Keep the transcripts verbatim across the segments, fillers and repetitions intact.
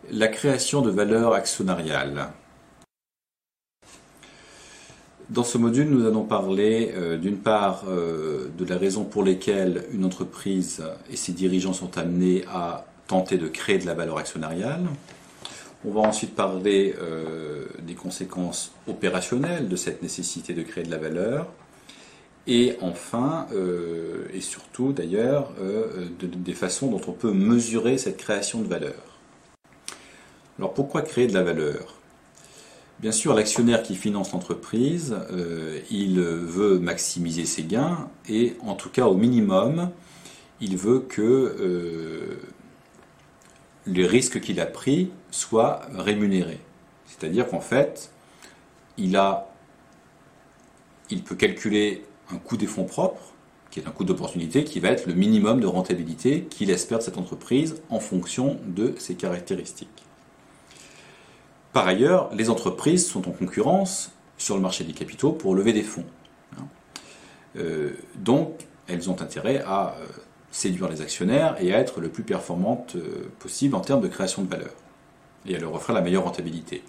La création de valeur actionnariale. Dans ce module, nous allons parler euh, d'une part euh, de la raison pour laquelle une entreprise et ses dirigeants sont amenés à tenter de créer de la valeur actionnariale. On va ensuite parler euh, des conséquences opérationnelles de cette nécessité de créer de la valeur. Et enfin, euh, et surtout d'ailleurs, euh, de, de, des façons dont on peut mesurer cette création de valeur. Alors pourquoi créer de la valeur ? Bien sûr, l'actionnaire qui finance l'entreprise, euh, il veut maximiser ses gains et en tout cas au minimum, il veut que euh, les risques qu'il a pris soient rémunérés. C'est-à-dire qu'en fait, il, a, il peut calculer un coût des fonds propres, qui est un coût d'opportunité, qui va être le minimum de rentabilité qu'il espère de cette entreprise en fonction de ses caractéristiques. Par ailleurs, les entreprises sont en concurrence sur le marché des capitaux pour lever des fonds. Euh, donc, elles ont intérêt à euh, séduire les actionnaires et à être le plus performantes euh, possible en termes de création de valeur et à leur offrir la meilleure rentabilité.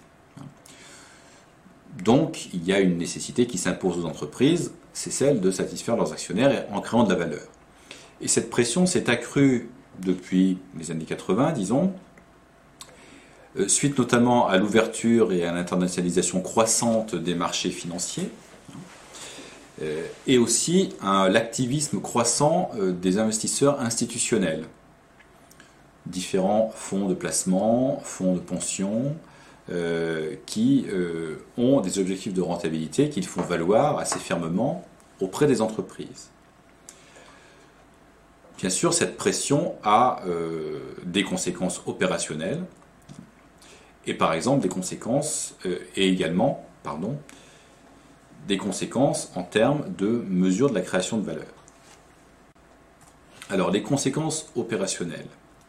Donc, il y a une nécessité qui s'impose aux entreprises, c'est celle de satisfaire leurs actionnaires en créant de la valeur. Et cette pression s'est accrue depuis les années quatre-vingts, disons, suite notamment à l'ouverture et à l'internationalisation croissante des marchés financiers, et aussi à l'activisme croissant des investisseurs institutionnels. Différents fonds de placement, fonds de pension, euh, qui euh, ont des objectifs de rentabilité qu'ils font valoir assez fermement auprès des entreprises. Bien sûr, cette pression a euh, des conséquences opérationnelles, et par exemple des conséquences, euh, et également, pardon, des conséquences en termes de mesure de la création de valeur. Alors, les conséquences opérationnelles.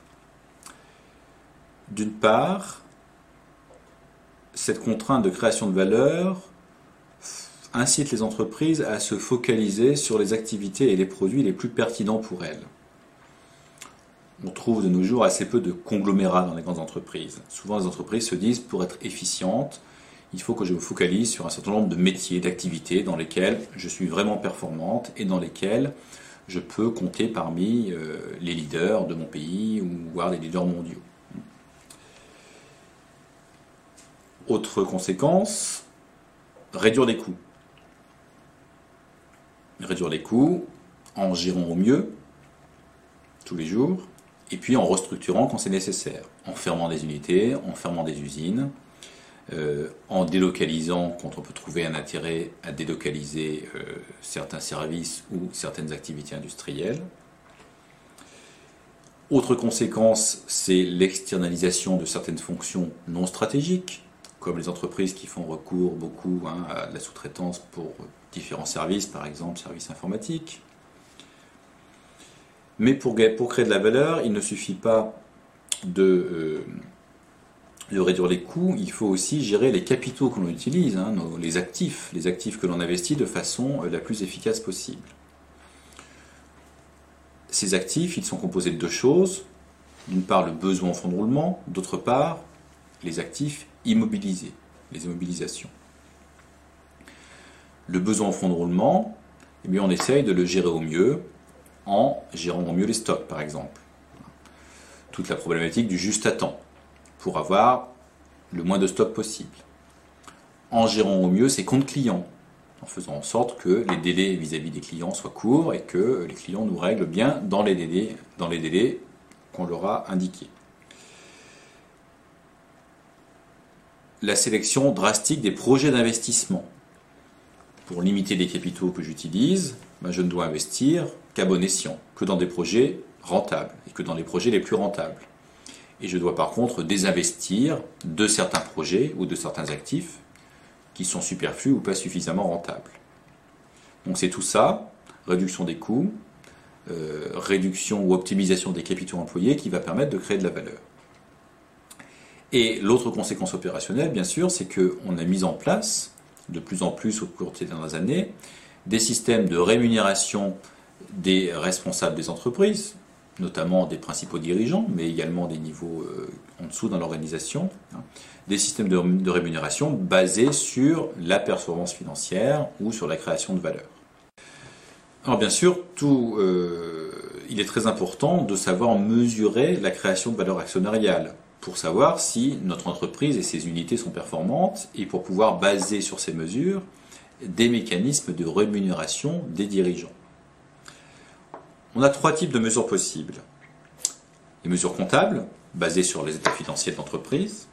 D'une part, cette contrainte de création de valeur incite les entreprises à se focaliser sur les activités et les produits les plus pertinents pour elles. On trouve de nos jours assez peu de conglomérats dans les grandes entreprises. Souvent, les entreprises se disent, pour être efficientes, il faut que je me focalise sur un certain nombre de métiers, d'activités dans lesquels je suis vraiment performante et dans lesquels je peux compter parmi euh, les leaders de mon pays ou voire les leaders mondiaux. Autre conséquence, réduire les coûts. Réduire les coûts en gérant au mieux tous les jours, et puis en restructurant quand c'est nécessaire, en fermant des unités, en fermant des usines, euh, en délocalisant quand on peut trouver un intérêt à délocaliser euh, certains services ou certaines activités industrielles. Autre conséquence, c'est l'externalisation de certaines fonctions non stratégiques, comme les entreprises qui font recours beaucoup hein, à la sous-traitance pour différents services, par exemple services informatiques. Mais pour, pour créer de la valeur, il ne suffit pas de, euh, de réduire les coûts, il faut aussi gérer les capitaux que l'on utilise, hein, nos, les actifs, les actifs que l'on investit de façon la plus efficace possible. Ces actifs, ils sont composés de deux choses. D'une part, le besoin en fonds de roulement, d'autre part, les actifs immobilisés, les immobilisations. Le besoin en fonds de roulement, eh bien, on essaye de le gérer au mieux, en gérant au mieux les stocks, par exemple. Toute la problématique du juste à temps, pour avoir le moins de stocks possible. En gérant au mieux ses comptes clients, en faisant en sorte que les délais vis-à-vis des clients soient courts et que les clients nous règlent bien dans les délais, dans les délais qu'on leur a indiqués. La sélection drastique des projets d'investissement. Pour limiter les capitaux que j'utilise, ben je ne dois investir qu'à bon escient, que dans des projets rentables, et que dans les projets les plus rentables. Et je dois par contre désinvestir de certains projets ou de certains actifs qui sont superflus ou pas suffisamment rentables. Donc c'est tout ça, réduction des coûts, euh, réduction ou optimisation des capitaux employés qui va permettre de créer de la valeur. Et l'autre conséquence opérationnelle, bien sûr, c'est qu'on a mis en place, de plus en plus au cours de ces dernières années, des systèmes de rémunération des responsables des entreprises, notamment des principaux dirigeants, mais également des niveaux euh, en dessous dans l'organisation, hein, des systèmes de, de rémunération basés sur la performance financière ou sur la création de valeur. Alors bien sûr, tout, euh, il est très important de savoir mesurer la création de valeur actionnariale pour savoir si notre entreprise et ses unités sont performantes et pour pouvoir baser sur ces mesures des mécanismes de rémunération des dirigeants. On a trois types de mesures possibles. Les mesures comptables, basées sur les états financiers de l'entreprise.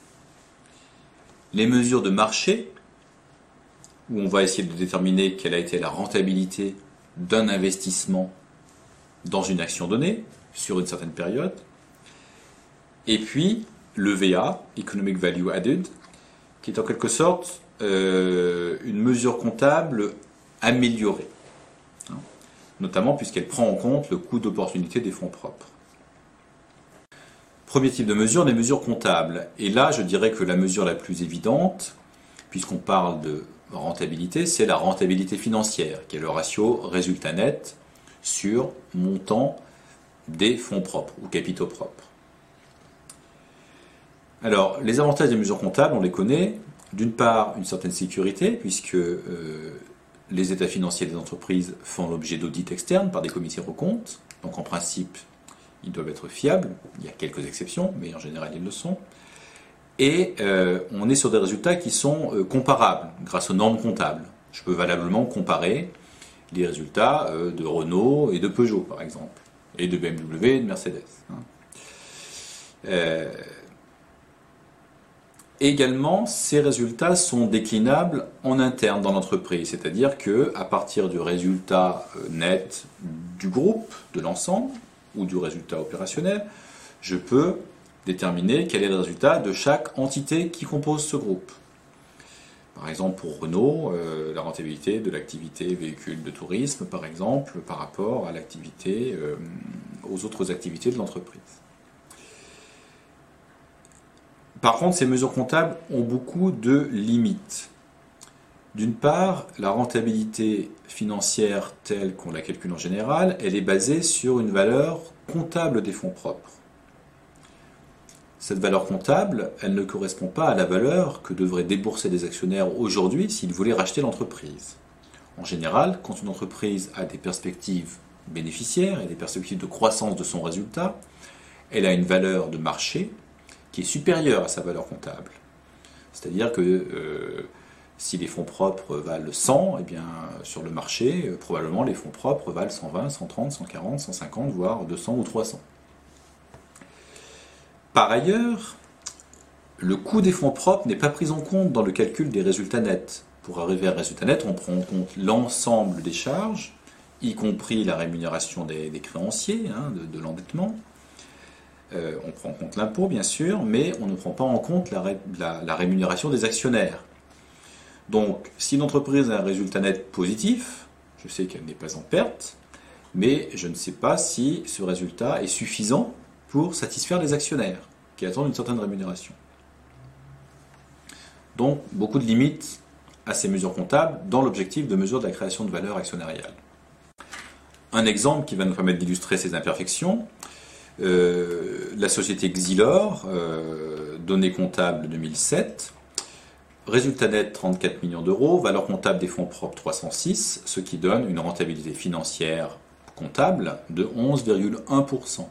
Les mesures de marché, où on va essayer de déterminer quelle a été la rentabilité d'un investissement dans une action donnée, sur une certaine période. Et puis, le V A, Economic Value Added, qui est en quelque sorte euh, une mesure comptable améliorée, hein, notamment puisqu'elle prend en compte le coût d'opportunité des fonds propres. Premier type de mesure, les mesures comptables. Et là, je dirais que la mesure la plus évidente, puisqu'on parle de rentabilité, c'est la rentabilité financière, qui est le ratio résultat net sur montant des fonds propres ou capitaux propres. Alors, les avantages des mesures comptables, on les connaît. D'une part, une certaine sécurité, puisque euh, les états financiers des entreprises font l'objet d'audits externes par des commissaires aux comptes. Donc, en principe, ils doivent être fiables. Il y a quelques exceptions, mais en général, ils le sont. Et euh, on est sur des résultats qui sont euh, comparables grâce aux normes comptables. Je peux valablement comparer les résultats euh, de Renault et de Peugeot, par exemple, et de B M W et de Mercedes. Hein. Euh, également, ces résultats sont déclinables en interne dans l'entreprise, c'est-à-dire qu'à partir du résultat euh, net du groupe, de l'ensemble, ou du résultat opérationnel, je peux déterminer quel est le résultat de chaque entité qui compose ce groupe. Par exemple, pour Renault, euh, la rentabilité de l'activité véhicule de tourisme, par exemple, par rapport à l'activité, euh, aux autres activités de l'entreprise. Par contre, ces mesures comptables ont beaucoup de limites. D'une part, la rentabilité financière telle qu'on la calcule en général, elle est basée sur une valeur comptable des fonds propres. Cette valeur comptable, elle ne correspond pas à la valeur que devraient débourser les actionnaires aujourd'hui s'ils voulaient racheter l'entreprise. En général, quand une entreprise a des perspectives bénéficiaires et des perspectives de croissance de son résultat, elle a une valeur de marché qui est supérieure à sa valeur comptable. C'est-à-dire que euh, si les fonds propres valent cent, eh bien, sur le marché, euh, probablement les fonds propres valent cent vingt, cent trente, cent quarante, cent cinquante, voire deux cents ou trois cents. Par ailleurs, le coût des fonds propres n'est pas pris en compte dans le calcul des résultats nets. Pour arriver à un résultat net, on prend en compte l'ensemble des charges, y compris la rémunération des, des créanciers, hein, de, de l'endettement. Euh, on prend en compte l'impôt, bien sûr, mais on ne prend pas en compte la, ré, la, la rémunération des actionnaires. Donc, si l'entreprise a un résultat net positif, je sais qu'elle n'est pas en perte, mais je ne sais pas si ce résultat est suffisant pour satisfaire les actionnaires qui attendent une certaine rémunération. Donc, beaucoup de limites à ces mesures comptables dans l'objectif de mesure de la création de valeur actionnariale. Un exemple qui va nous permettre d'illustrer ces imperfections, euh, la société Xylor, euh, données comptables deux mille sept, résultat net trente-quatre millions d'euros, valeur comptable des fonds propres trois cent six, ce qui donne une rentabilité financière comptable de onze virgule un pour cent.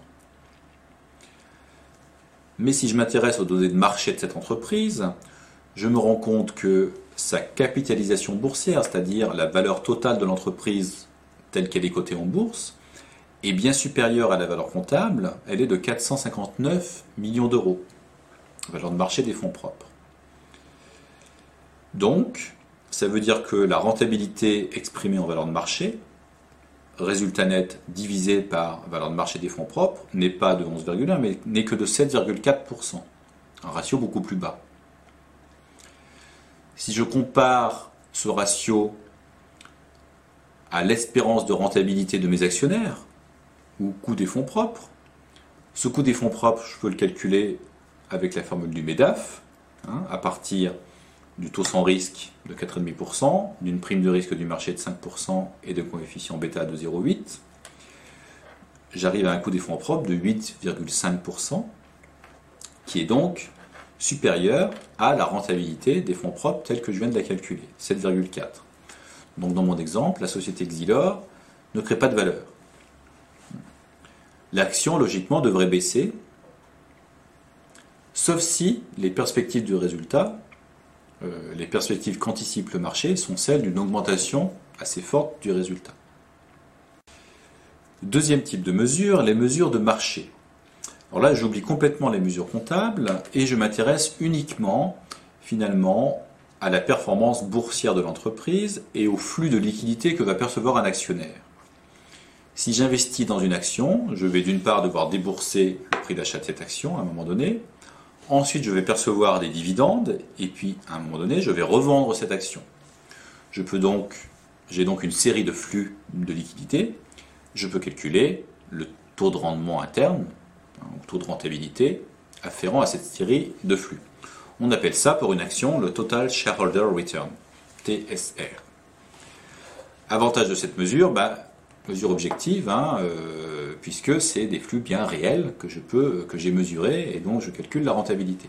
Mais si je m'intéresse aux données de marché de cette entreprise, je me rends compte que sa capitalisation boursière, c'est-à-dire la valeur totale de l'entreprise telle qu'elle est cotée en bourse, est bien supérieure à la valeur comptable, elle est de quatre cent cinquante-neuf millions d'euros, valeur de marché des fonds propres. Donc, ça veut dire que la rentabilité exprimée en valeur de marché, résultat net divisé par valeur de marché des fonds propres, n'est pas de onze virgule un, mais n'est que de sept virgule quatre pour cent, un ratio beaucoup plus bas. Si je compare ce ratio à l'espérance de rentabilité de mes actionnaires, ou coût des fonds propres, ce coût des fonds propres, je peux le calculer avec la formule du MEDAF, hein, à partir du taux sans risque de quatre virgule cinq pour cent, d'une prime de risque du marché de cinq pour cent et de coefficient bêta de zéro virgule huit. j'arrive à un coût des fonds propres de huit virgule cinq pour cent, qui est donc supérieur à la rentabilité des fonds propres telle que je viens de la calculer, sept virgule quatre. Donc dans mon exemple, la société Xylor ne crée pas de valeur. L'action, logiquement, devrait baisser, sauf si les perspectives du résultat, euh, les perspectives qu'anticipe le marché, sont celles d'une augmentation assez forte du résultat. Deuxième type de mesure, les mesures de marché. Alors là, j'oublie complètement les mesures comptables et je m'intéresse uniquement, finalement, à la performance boursière de l'entreprise et au flux de liquidité que va percevoir un actionnaire. Si j'investis dans une action, je vais d'une part devoir débourser le prix d'achat de cette action à un moment donné, ensuite je vais percevoir des dividendes et puis à un moment donné, je vais revendre cette action. Je peux donc, j'ai donc une série de flux de liquidité. Je peux calculer le taux de rendement interne, le taux de rentabilité afférent à cette série de flux. On appelle ça pour une action le Total Shareholder Return, T S R. Avantage de cette mesure, bah, mesure objective, hein, euh, puisque c'est des flux bien réels que je peux, que j'ai mesurés et donc je calcule la rentabilité.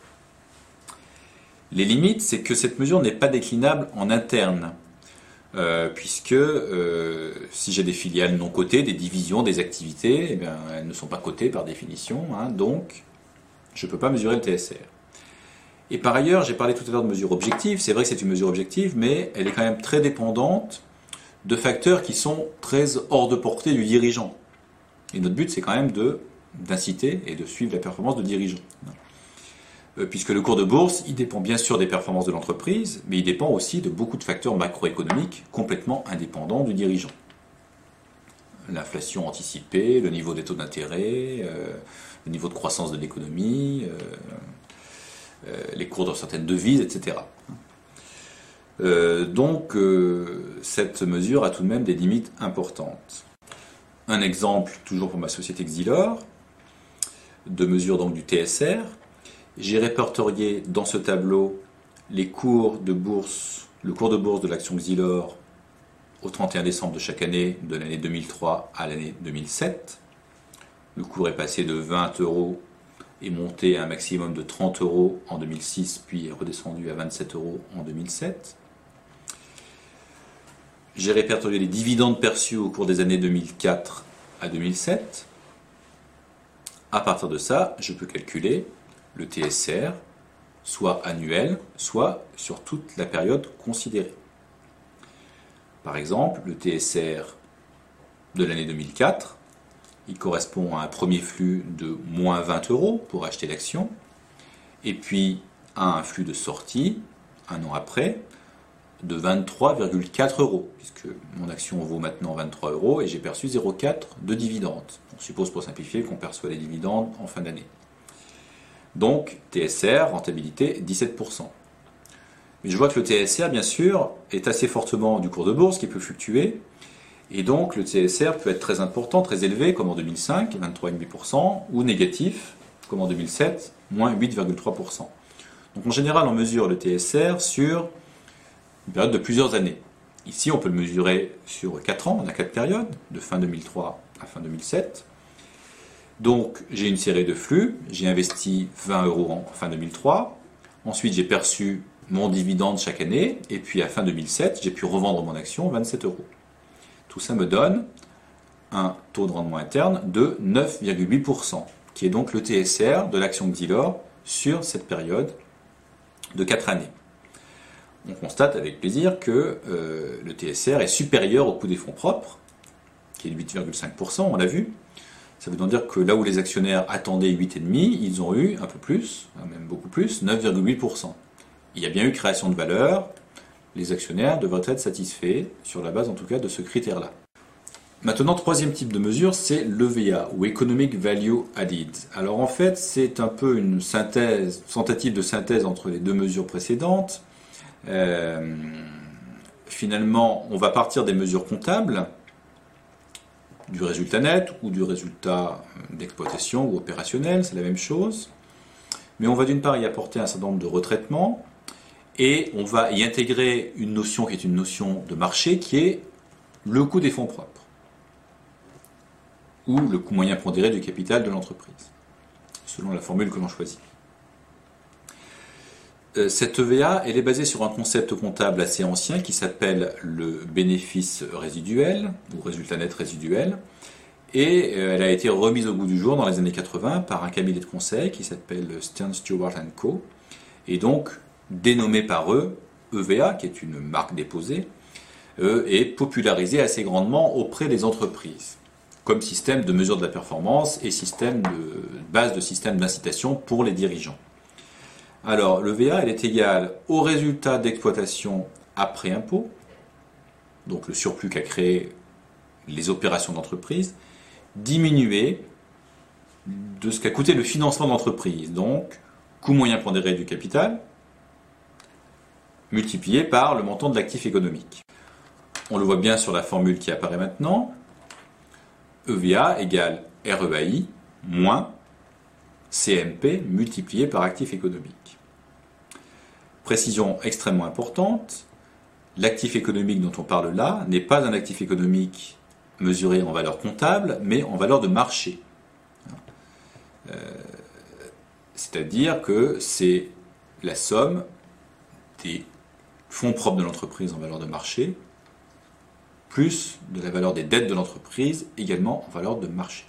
Les limites, c'est que cette mesure n'est pas déclinable en interne. Euh, puisque euh, si j'ai des filiales non cotées, des divisions, des activités, eh bien, elles ne sont pas cotées par définition, hein, donc je ne peux pas mesurer le T S R. Et par ailleurs, j'ai parlé tout à l'heure de mesure objective, c'est vrai que c'est une mesure objective, mais elle est quand même très dépendante de facteurs qui sont très hors de portée du dirigeant. Et notre but, c'est quand même de, d'inciter et de suivre la performance de dirigeant. Puisque le cours de bourse, il dépend bien sûr des performances de l'entreprise, mais il dépend aussi de beaucoup de facteurs macroéconomiques complètement indépendants du dirigeant. L'inflation anticipée, le niveau des taux d'intérêt, euh, le niveau de croissance de l'économie, euh, euh, les cours de certaines devises, et cetera. Euh, donc, euh, cette mesure a tout de même des limites importantes. Un exemple, toujours pour ma société Xylor, de mesure donc du T S R. J'ai répertorié dans ce tableau les cours de bourse, le cours de bourse de l'action Xylor au trente et un décembre de chaque année, de l'année deux mille trois à l'année deux mille sept. Le cours est passé de vingt euros et monté à un maximum de trente euros en deux mille six, puis est redescendu à vingt-sept euros en deux mille sept. J'ai répertorié les dividendes perçus au cours des années deux mille quatre à deux mille sept. À partir de ça, je peux calculer le T S R, soit annuel, soit sur toute la période considérée. Par exemple, le T S R de l'année deux mille quatre, il correspond à un premier flux de moins vingt euros pour acheter l'action, et puis à un flux de sortie, un an après, de vingt-trois virgule quatre euros, puisque mon action vaut maintenant vingt-trois euros et j'ai perçu zéro virgule quatre de dividendes. On suppose pour simplifier qu'on perçoit les dividendes en fin d'année. Donc, T S R, rentabilité dix-sept pour cent. Mais je vois que le T S R, bien sûr, est assez fortement du cours de bourse qui peut fluctuer. Et donc, le T S R peut être très important, très élevé, comme en deux mille cinq, vingt-trois virgule cinq pour cent, ou négatif, comme en deux mille sept, moins huit virgule trois pour cent. Donc, en général, on mesure le T S R sur une période de plusieurs années. Ici, on peut le mesurer sur quatre ans, on a quatre périodes, de fin deux mille trois à fin deux mille sept. Donc, j'ai une série de flux, j'ai investi vingt euros en fin deux mille trois, ensuite j'ai perçu mon dividende chaque année, et puis à fin deux mille sept, j'ai pu revendre mon action vingt-sept euros. Tout ça me donne un taux de rendement interne de neuf virgule huit pour cent, qui est donc le T S R de l'action Xylor sur cette période de quatre années. On constate avec plaisir que euh, le T S R est supérieur au coût des fonds propres, qui est de huit virgule cinq pour cent, on l'a vu. Ça veut donc dire que là où les actionnaires attendaient huit virgule cinq pour cent, ils ont eu un peu plus, même beaucoup plus, neuf virgule huit pour cent. Il y a bien eu création de valeur, les actionnaires devraient être satisfaits, sur la base en tout cas de ce critère-là. Maintenant, troisième type de mesure, c'est l'E V A, ou Economic Value Added. Alors en fait, c'est un peu une synthèse, tentative de synthèse entre les deux mesures précédentes. Euh, finalement, on va partir des mesures comptables, du résultat net ou du résultat d'exploitation ou opérationnel, c'est la même chose. Mais on va d'une part y apporter un certain nombre de retraitements et on va y intégrer une notion qui est une notion de marché qui est le coût des fonds propres. ou le coût moyen pondéré du capital de l'entreprise, selon la formule que l'on choisit. Cette E V A, elle est basée sur un concept comptable assez ancien qui s'appelle le bénéfice résiduel, ou résultat net résiduel, et elle a été remise au goût du jour dans les années quatre-vingts par un cabinet de conseil qui s'appelle Stern Stewart and Co, et donc dénommé par eux E V A, qui est une marque déposée, euh, et popularisé assez grandement auprès des entreprises, comme système de mesure de la performance et système de base de système d'incitation pour les dirigeants. Alors, l'E V A, elle est égale au résultat d'exploitation après impôt, donc le surplus qu'a créé les opérations d'entreprise, diminué de ce qu'a coûté le financement d'entreprise, donc coût moyen pondéré du capital, multiplié par le montant de l'actif économique. On le voit bien sur la formule qui apparaît maintenant. E V A égale R E A I moins C M P multiplié par actif économique. Précision extrêmement importante, l'actif économique dont on parle là n'est pas un actif économique mesuré en valeur comptable, mais en valeur de marché. Euh, c'est-à-dire que c'est la somme des fonds propres de l'entreprise en valeur de marché, plus de la valeur des dettes de l'entreprise, également en valeur de marché.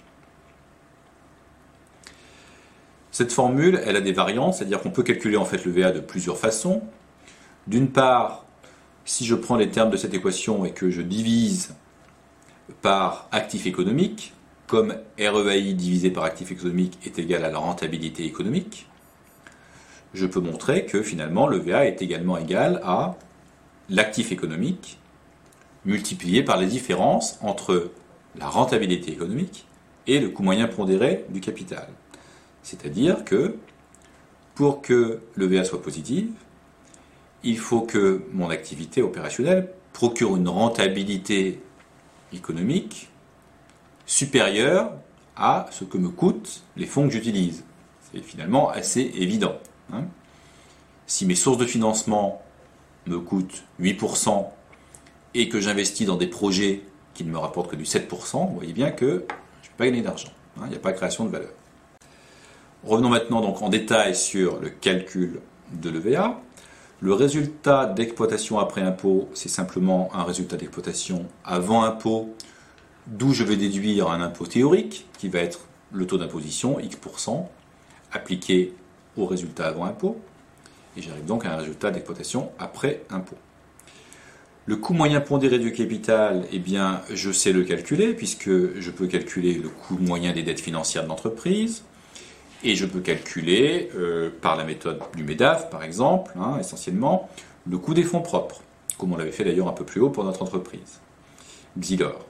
Cette formule, elle a des variantes, c'est-à-dire qu'on peut calculer en fait le V A de plusieurs façons. D'une part, si je prends les termes de cette équation et que je divise par actif économique, comme R E A I divisé par actif économique est égal à la rentabilité économique, je peux montrer que finalement le V A est également égal à l'actif économique multiplié par les différences entre la rentabilité économique et le coût moyen pondéré du capital. C'est-à-dire que pour que le V A soit positif, il faut que mon activité opérationnelle procure une rentabilité économique supérieure à ce que me coûtent les fonds que j'utilise. C'est finalement assez évident. Hein. Si mes sources de financement me coûtent huit pour cent et que j'investis dans des projets qui ne me rapportent que du sept pour cent, vous voyez bien que je ne vais pas gagner d'argent. Hein, il n'y a pas de création de valeur. Revenons maintenant donc en détail sur le calcul de l'E V A. Le résultat d'exploitation après impôt, c'est simplement un résultat d'exploitation avant impôt, d'où je vais déduire un impôt théorique, qui va être le taux d'imposition, X pour cent, appliqué au résultat avant impôt, et j'arrive donc à un résultat d'exploitation après impôt. Le coût moyen pondéré du capital, eh bien, je sais le calculer, puisque je peux calculer le coût moyen des dettes financières de l'entreprise, et je peux calculer, euh, par la méthode du MEDAF par exemple, hein, essentiellement, le coût des fonds propres, comme on l'avait fait d'ailleurs un peu plus haut pour notre entreprise, Xylor.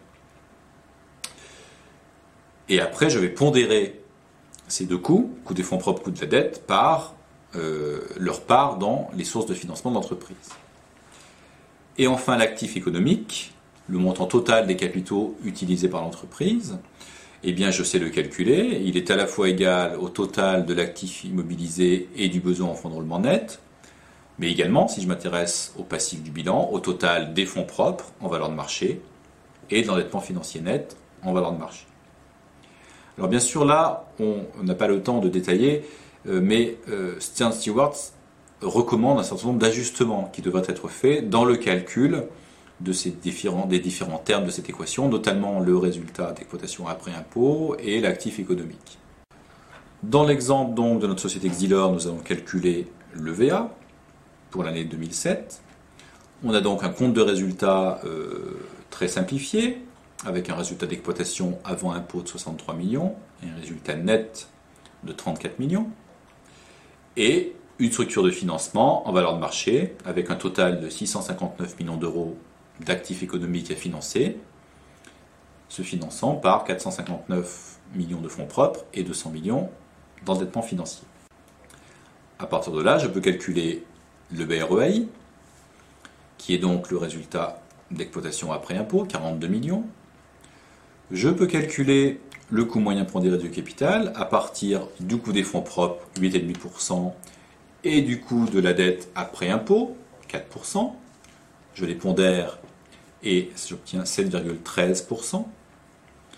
Et après, je vais pondérer ces deux coûts, coût des fonds propres, coût de la dette, par euh, leur part dans les sources de financement de l'entreprise. Et enfin, l'actif économique, le montant total des capitaux utilisés par l'entreprise, eh bien, je sais le calculer. Il est à la fois égal au total de l'actif immobilisé et du besoin en fonds de roulement net, mais également, si je m'intéresse au passif du bilan, au total des fonds propres en valeur de marché et de l'endettement financier net en valeur de marché. Alors bien sûr, là, on n'a pas le temps de détailler, euh, mais euh, Stern Stewart recommande un certain nombre d'ajustements qui devraient être faits dans le calcul de ces différents, des différents termes de cette équation, notamment le résultat d'exploitation après impôt et l'actif économique. Dans l'exemple donc de notre société Xylor, nous allons calculer le V A pour l'année deux mille sept. On a donc un compte de résultat euh, très simplifié, avec un résultat d'exploitation avant impôt de soixante-trois millions et un résultat net de trente-quatre millions, et une structure de financement en valeur de marché avec un total de six cent cinquante-neuf millions d'euros d'actifs économiques à financer, se finançant par quatre cent cinquante-neuf millions de fonds propres et deux cents millions d'endettement financier. À partir de là, je peux calculer le B R E A I, qui est donc le résultat d'exploitation après impôt, quarante-deux millions. Je peux calculer le coût moyen pondéré du capital à partir du coût des fonds propres, huit virgule cinq pour cent, et du coût de la dette après impôt, quatre pour cent. Je les pondère et j'obtiens sept virgule treize pour cent.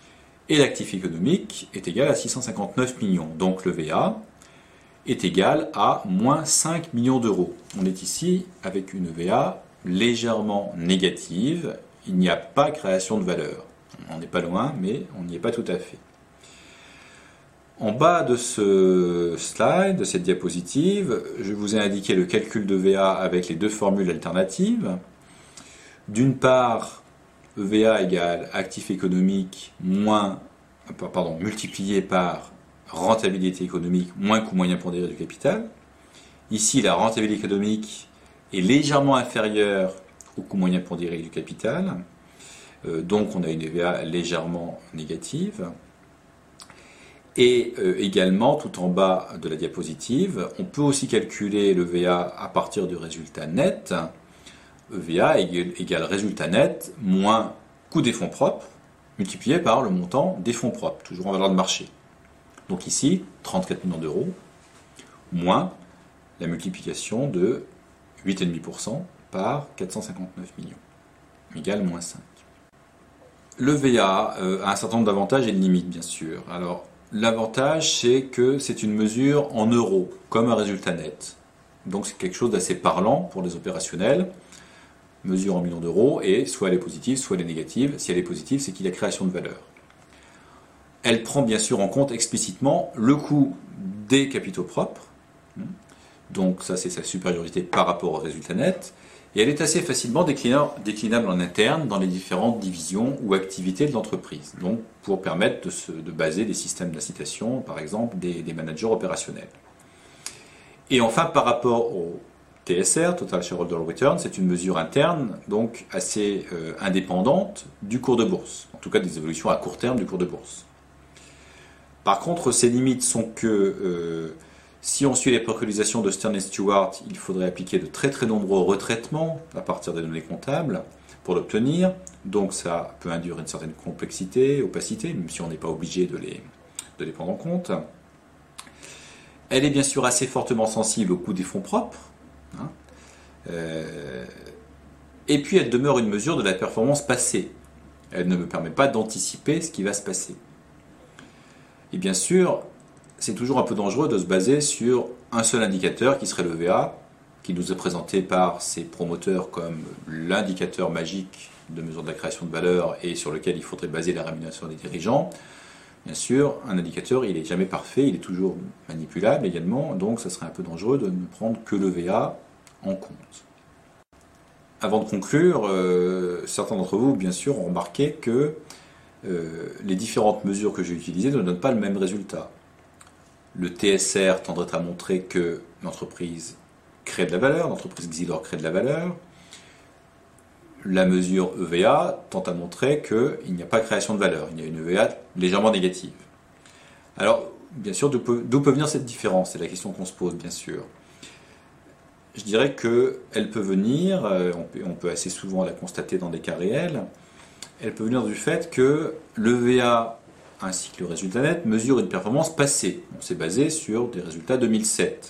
Et l'actif économique est égal à six cent cinquante-neuf millions. Donc le V A est égal à moins cinq millions d'euros. On est ici avec une V A légèrement négative. Il n'y a pas création de valeur. On n'est pas loin, mais on n'y est pas tout à fait. En bas de ce slide, de cette diapositive, je vous ai indiqué le calcul de V A avec les deux formules alternatives. D'une part, E V A égale actif économique moins, pardon, multiplié par rentabilité économique moins coût moyen pondéré du capital. Ici, la rentabilité économique est légèrement inférieure au coût moyen pondéré du capital. Euh, donc, on a une E V A légèrement négative. Et euh, également, tout en bas de la diapositive, on peut aussi calculer le V A à partir du résultat net. E V A égale, égale résultat net moins coût des fonds propres multiplié par le montant des fonds propres, toujours en valeur de marché. Donc ici, trente-quatre millions d'euros, moins la multiplication de huit virgule cinq pour cent par quatre cent cinquante-neuf millions, égale moins cinq. Le V A euh, a un certain nombre d'avantages et de limites, bien sûr. Alors, l'avantage, c'est que c'est une mesure en euros, comme un résultat net. Donc c'est quelque chose d'assez parlant pour les opérationnels. Mesure en millions d'euros, et soit elle est positive, soit elle est négative. Si elle est positive, c'est qu'il y a création de valeur. Elle prend bien sûr en compte explicitement le coût des capitaux propres. Donc ça, c'est sa supériorité par rapport au résultat net. Et elle est assez facilement déclinable en interne dans les différentes divisions ou activités de l'entreprise. Donc pour permettre de, se, de baser des systèmes d'incitation, par exemple, des, des managers opérationnels. Et enfin, par rapport au T S R, Total Shareholder Return, c'est une mesure interne, donc assez euh, indépendante du cours de bourse, en tout cas des évolutions à court terme du cours de bourse. Par contre, ses limites sont que euh, si on suit les préconisations de Stern et Stewart, il faudrait appliquer de très très nombreux retraitements à partir des données comptables pour l'obtenir, donc ça peut induire une certaine complexité, opacité, même si on n'est pas obligé de les, de les prendre en compte. Elle est bien sûr assez fortement sensible au coût des fonds propres, Hein euh, et puis elle demeure une mesure de la performance passée. Elle ne me permet pas d'anticiper ce qui va se passer. Et bien sûr, c'est toujours un peu dangereux de se baser sur un seul indicateur qui serait le V A, qui nous est présenté par ses promoteurs comme l'indicateur magique de mesure de la création de valeur et sur lequel il faudrait baser la rémunération des dirigeants. Bien sûr, un indicateur, il n'est jamais parfait, il est toujours manipulable également, donc ça serait un peu dangereux de ne prendre que le V A en compte. Avant de conclure, euh, certains d'entre vous, bien sûr, ont remarqué que euh, les différentes mesures que j'ai utilisées ne donnent pas le même résultat. Le T S R tendrait à montrer que l'entreprise crée de la valeur, l'entreprise Xylor crée de la valeur. La mesure E V A tend à montrer qu'il n'y a pas de création de valeur, il y a une E V A légèrement négative. Alors, bien sûr, d'où peut, d'où peut venir cette différence? C'est la question qu'on se pose, bien sûr. Je dirais qu'elle peut venir, on peut, on peut assez souvent la constater dans des cas réels, elle peut venir du fait que le V A ainsi que le résultat net mesurent une performance passée. On s'est basé sur des résultats deux mille sept.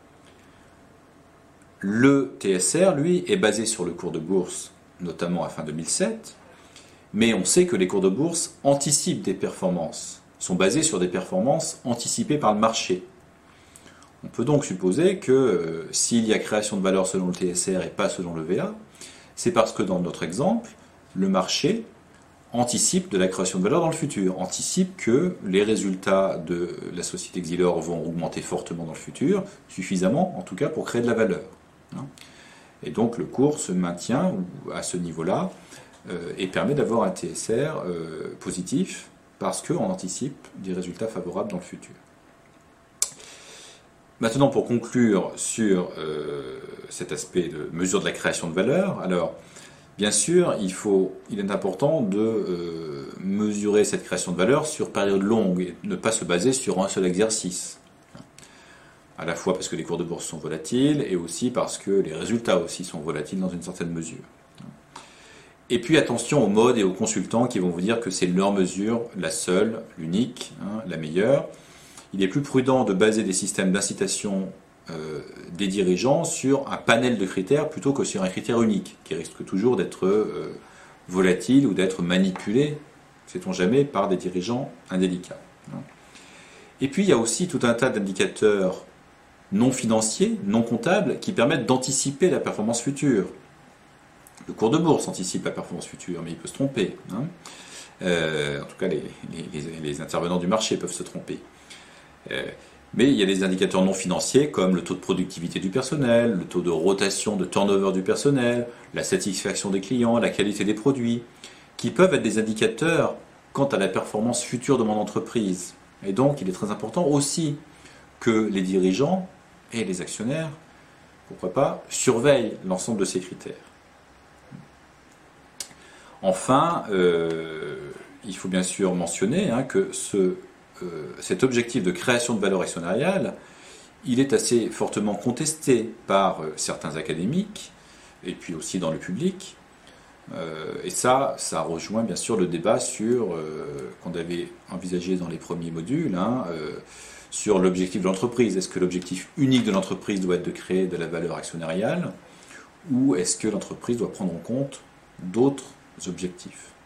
Le T S R, lui, est basé sur le cours de bourse, notamment à fin deux mille sept, mais on sait que les cours de bourse anticipent des performances, sont basés sur des performances anticipées par le marché. On peut donc supposer que euh, s'il y a création de valeur selon le T S R et pas selon le V A, c'est parce que dans notre exemple, le marché anticipe de la création de valeur dans le futur, anticipe que les résultats de la société Xylor vont augmenter fortement dans le futur, suffisamment en tout cas pour créer de la valeur. Et donc le cours se maintient à ce niveau-là euh, et permet d'avoir un T S R euh, positif parce qu'on anticipe des résultats favorables dans le futur. Maintenant, pour conclure sur euh, cet aspect de mesure de la création de valeur, alors bien sûr, il, faut, il est important de euh, mesurer cette création de valeur sur période longue et ne pas se baser sur un seul exercice. À la fois parce que les cours de bourse sont volatiles et aussi parce que les résultats aussi sont volatiles dans une certaine mesure. Et puis attention aux modes et aux consultants qui vont vous dire que c'est leur mesure, la seule, l'unique, hein, la meilleure. Il est plus prudent de baser des systèmes d'incitation euh, des dirigeants sur un panel de critères plutôt que sur un critère unique, qui risque toujours d'être euh, volatile ou d'être manipulé sait-on jamais, par des dirigeants indélicats. Et puis il y a aussi tout un tas d'indicateurs non financiers, non comptables, qui permettent d'anticiper la performance future. Le cours de bourse anticipe la performance future, mais il peut se tromper. Hein. Euh, en tout cas, les, les, les intervenants du marché peuvent se tromper. Euh, mais il y a des indicateurs non financiers comme le taux de productivité du personnel, le taux de rotation, de turnover du personnel, la satisfaction des clients, la qualité des produits, qui peuvent être des indicateurs quant à la performance future de mon entreprise. Et donc, il est très important aussi que les dirigeants et les actionnaires, pourquoi pas, surveillent l'ensemble de ces critères. Enfin, euh, il faut bien sûr mentionner hein, que ce, euh, cet objectif de création de valeur actionnariale, il est assez fortement contesté par euh, certains académiques, et puis aussi dans le public. Euh, et ça, ça rejoint bien sûr le débat sur euh, qu'on avait envisagé dans les premiers modules, hein, euh, sur l'objectif de l'entreprise. Est-ce que l'objectif unique de l'entreprise doit être de créer de la valeur actionnariale, ou est-ce que l'entreprise doit prendre en compte d'autres objectifs?